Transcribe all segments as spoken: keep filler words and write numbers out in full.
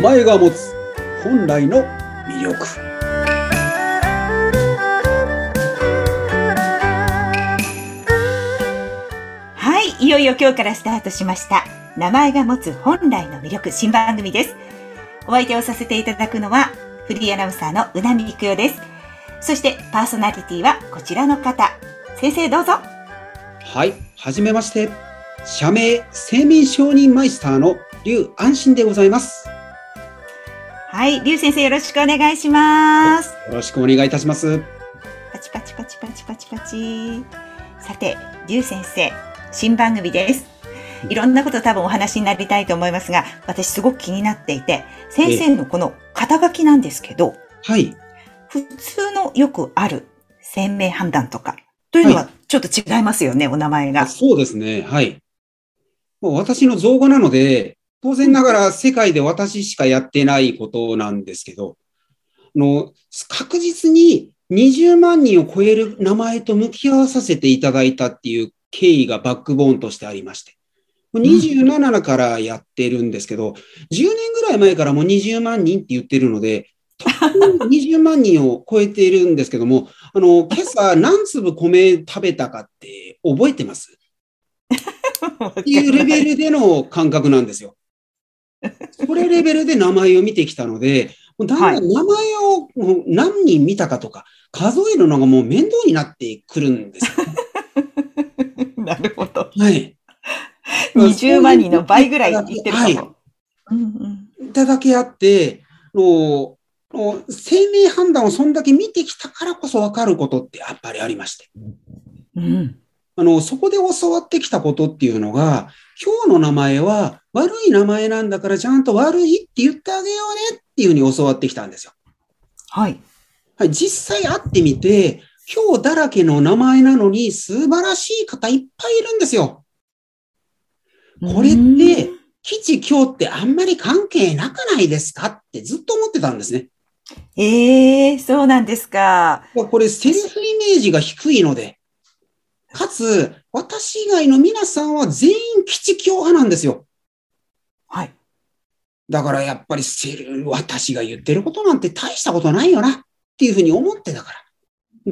前が持つ本来の魅力。 はい、いよいよ今日からスタートしました名前が持つ本来の魅力新番組です。お相手をさせていただくのはフリーアナウンサーのうなみいくよです。そしてパーソナリティはこちらの方。先生どうぞ。 はい、はじめまして。社名生命承認マイスターの劉安心でございます。 はい、劉先生よろしくお願いします。 よろしくお願いいたします。 パチパチパチパチパチパチ。さて、劉先生、新番組です。いろんなこと多分お話になりたいと思いますが、私すごく気になっていて、先生のこの肩書きなんですけど、 はい。 普通のよくある姓名判断とかというのはちょっと違いますよね、はい、お名前が。 そうですね。はい。もう私の造語なので、当然ながら世界で私しかやってないことなんですけど、あの、確実ににじゅうまんにんを超える名前と向き合わさせていただいたっていう経緯がバックボーンとしてありまして。にじゅうななからやってるんですけど、じゅうねんぐらい前からもうにじゅうまんにんって言ってるので、にじゅうまんにんを超えているんですけども、あの、今朝何粒米食べたかって覚えてますっていうレベルでの感覚なんですよ。それレベルで名前を見てきたので、だんだん名前を何人見たかとか、数えるのがもう面倒になってくるんですよ、 ね。なるほど。 はい。 にじゅうまんにんの倍ぐらい言ってるかも。はい。 うんうん、いただけあって、の生命判断をそんだけ見てきたからこそ分かることってやっぱりありまして。 うん、 あの、そこで教わってきたことっていうのが、今日の名前は悪い名前なんだからちゃんと悪いって言ってあげようねっていうふうに教わってきたんですよ。 はい。 はい。実際会ってみて、今日だらけの名前なのに素晴らしい方いっぱいいるんですよ。これって、吉凶ってあんまり関係なくないですかってずっと思ってたんですね。 ええー、そうなんですか。 これセルフイメージが低いので、かつ、私以外の皆さんは全員吉凶派なんですよ。 はい。 だからやっぱりセル、私が言ってることなんて大したことないよなっていうふうに思ってたから、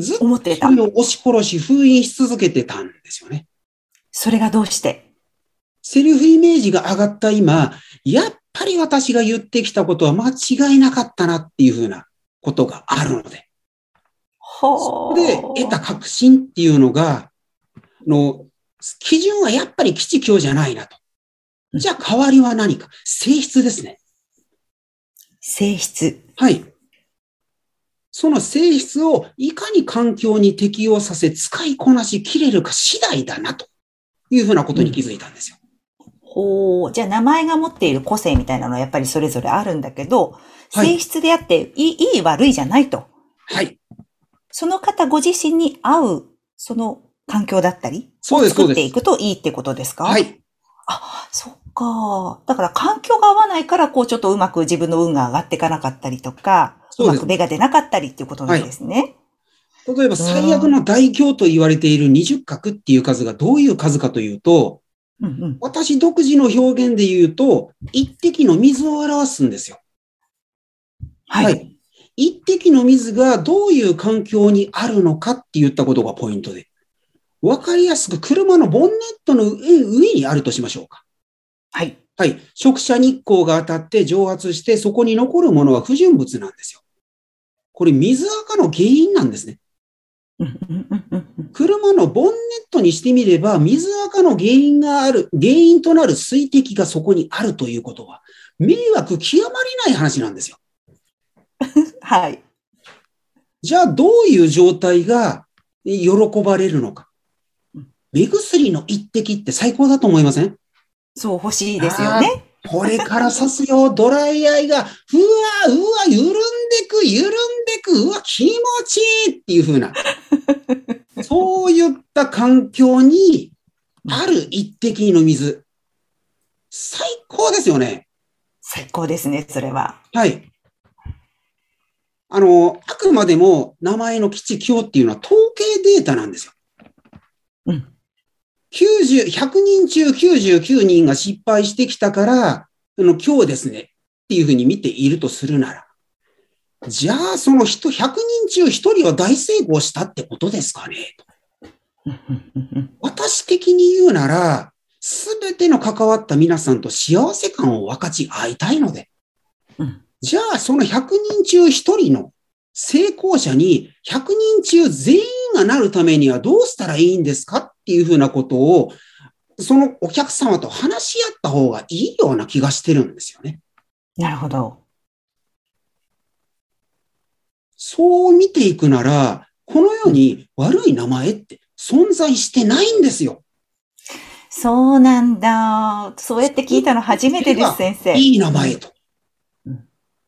ずっとそれを押し殺し封印し続けてたんですよね。 それがどうしてセルフイメージが上がった今、やっぱり私が言ってきたことは間違いなかったなっていうふうなことがあるので。そこで得た確信っていうのが、の基準はやっぱり吉凶じゃないなと。じゃあ代わりは何か。性質ですね。 性質。 はい。その性質をいかに環境に適応させ使いこなしきれるか次第だなというふうなことに気づいたんですよ。 うん、ほう。じゃあ名前が持っている個性みたいなのはやっぱりそれぞれあるんだけど、はい、性質であっていい、いい悪いじゃないと。 はい。 その方ご自身に合う、その環境だったりを作っていくといいってことですか？ はい。 あ、そっか。だから環境が合わないから、こうちょっとうまく自分の運が上がっていかなかったりとか、うまく芽が出なかったりっていうことなんですね。 はい、例えば最悪の大凶と言われているにじゅう画っていう数がどういう数かというと、うんうん、私独自の表現で言うと、一滴の水を表すんですよ。 はい。はい、 一滴の水がどういう環境にあるのかって言ったことがポイントで。わかりやすく車のボンネットの上にあるとしましょうか。 はい。 はい。直射日光が当たって蒸発して、そこに残るものは不純物なんですよ。これ水垢の原因なんですね。車のボンネットにしてみれば、水垢の原因がある、原因となる水滴がそこにあるということは、迷惑極まりない話なんですよ。 はい。 じゃあ、どういう状態が喜ばれるのか。目薬の一滴って最高だと思いません？ そう、欲しいですよね。 これから刺すよ、ドライアイが、うわ、うわ、緩んでく、緩んでく、うわ、気持ちいいっていう風な。そういった環境にある一滴の水。最高ですよね。 最高ですね、それは。 はい。あの、あくまでも名前の吉凶っていうのは統計データなんですよ。うん。きゅうじゅう、ひゃくにん中きゅうじゅうきゅうにんが失敗してきたから、あの、今日ですね。っっていうふうに見ているとするなら、じゃあその人、ひゃくにん中ひとりは大成功したってことですかねと。私的に言うなら、すべての関わった皆さんと幸せ感を分かち合いたいので、 うん、 じゃあそのひゃくにん中ひとりの成功者にひゃくにん中全員がなるためにはどうしたらいいんですかっていうふうなことを、そのお客様と話し合った方がいいような気がしてるんですよね。 なるほど。 そう見ていくなら、この世に悪い名前って存在してないんですよ。 そうなんだ。そうやって聞いたの初めてです、先生。 いい名前と。 うん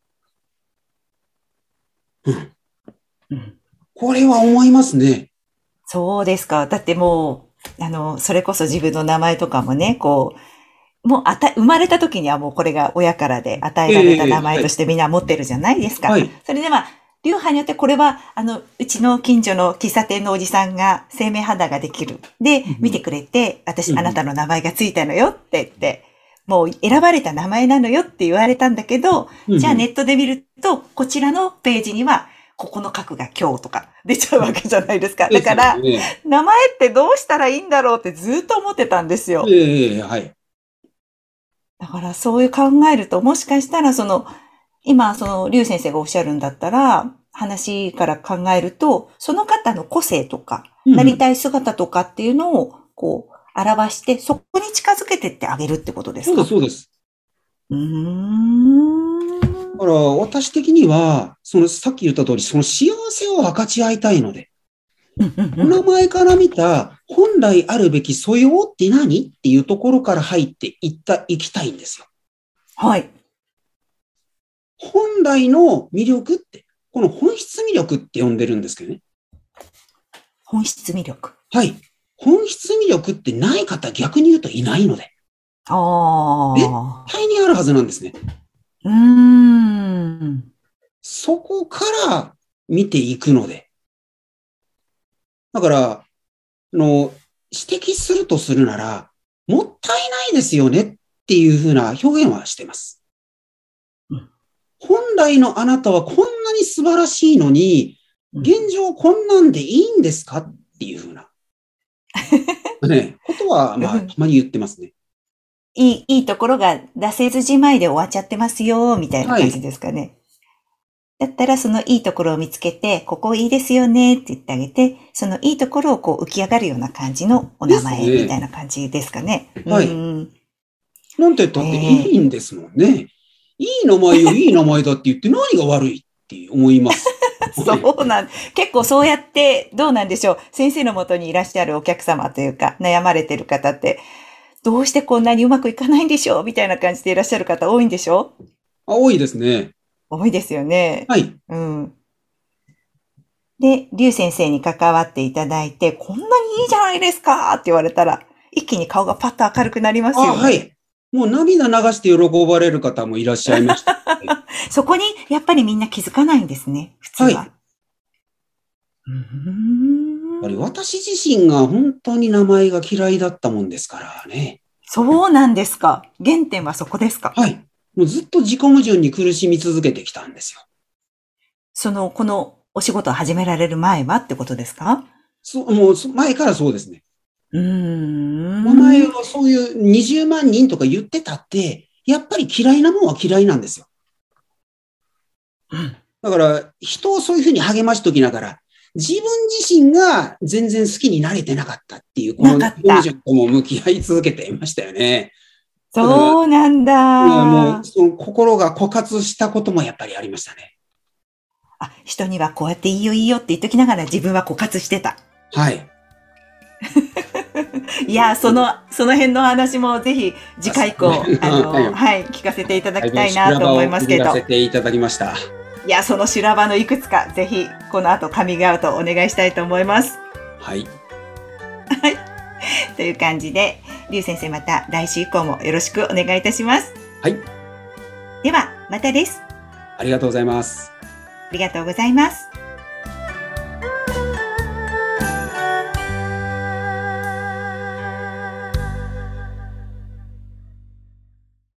うんうん、 これは思いますね。 そうですか。だってもう、あの、それこそ自分の名前とかもね、こう、もうあた、生まれた時にはもうこれが親からで与えられた名前としてみんな持ってるじゃないですか。 はい。 それでまあ、流派によってこれは、あの、うちの近所の喫茶店のおじさんが生命判断ができる。で、見てくれて、私、 うんあなたの名前がついたのよって言って、もう選ばれた名前なのよって言われたんだけど、 うんじゃあネットで見ると、こちらのページには、ここの角が今日とか出ちゃうわけじゃないですか。だから、 ね、 名前ってどうしたらいいんだろうってずっと思ってたんですよ。 ええはい。 だからそういう考えると、もしかしたらその、今、その、劉先生がおっしゃるんだったら、話から考えると、その方の個性とか、 うんなりたい姿とかっていうのを、こう、表して、そこに近づけてってあげるってことですか？ そうです、そうです。 うーん。 だから、私的には、その、さっき言った通り、その幸せを分かち合いたいので、 うんうんお名前から見た、本来あるべき素養って何っていうところから入っていった、いきたいんですよ。 はい。 本来の魅力って、この本質魅力って呼んでるんですけどね。 本質魅力。 はい。本質魅力ってない方、逆に言うといないので。 あ絶あ。 対にあるはずなんですね。 うーん。 そこから見ていくので。だから、あの、指摘するとするなら、もったいないですよねっていうふうな表現はしてます。 うん本来のあなたはこんなに素晴らしいのに、現状こんなんでいいんですかっていうふうな、ね、ことは、まあ、たまに言ってますね。 いい、いいところが出せずじまいで終わっちゃってますよ、みたいな感じですかね。だったらそのいいところを見つけて、ここいいですよねって言ってあげて、そのいいところをこう浮き上がるような感じのお名前ですねみたいな感じですかね。 はいうんなんて言ったっていいんですもんね。いい名前よ、いい名前だって言って何が悪いって思います。 そうなん、結構そうやってどうなんでしょう。先生のもとにいらっしゃるお客様というか悩まれてる方って、どうしてこんなにうまくいかないんでしょうみたいな感じでいらっしゃる方多いんでしょう？ あ多いですね。 多いですよね。 はい。 うん。で、劉先生に関わっていただいて、こんなにいいじゃないですかって言われたら、一気に顔がパッと明るくなりますあ、 よね。 はい。もう涙流して喜ばれる方もいらっしゃいました。 そこにやっぱりみんな気づかないんですね、普通は。 はい。 うーんやっぱり私自身が本当に名前が嫌いだったもんですからね。 そうなんですか。原点はそこですか。 はい。もうずっと自己矛盾に苦しみ続けてきたんですよ。 その、このお仕事を始められる前はってことですか？ そう、もうそ前からそうですね。 うーん。 名前をそういうにじゅうまん人とか言ってたって、やっぱり嫌いなもんは嫌いなんですよ。 うんだから、人をそういうふうに励ましときながら、自分自身が全然好きになれてなかったっていう、このなかった矛盾とも向き合い続けていましたよね。 そうなんだ。 いやもう、その心が枯渇したこともやっぱりありましたね。 あ、人にはこうやっていいよいいよって言っときながら自分は枯渇してた。 はい。 いや、その、その辺の話もぜひ次回以降、あの、 はいはい、聞かせていただきたいなと思いますけど。 させていただきました。 いや、その修羅場のいくつか、ぜひ、この後カミングアウトお願いしたいと思います。 はい。 はい。という感じで、劉先生また来週以降もよろしくお願いいたします。 はい。 では、またです。 ありがとうございます。 ありがとうございます。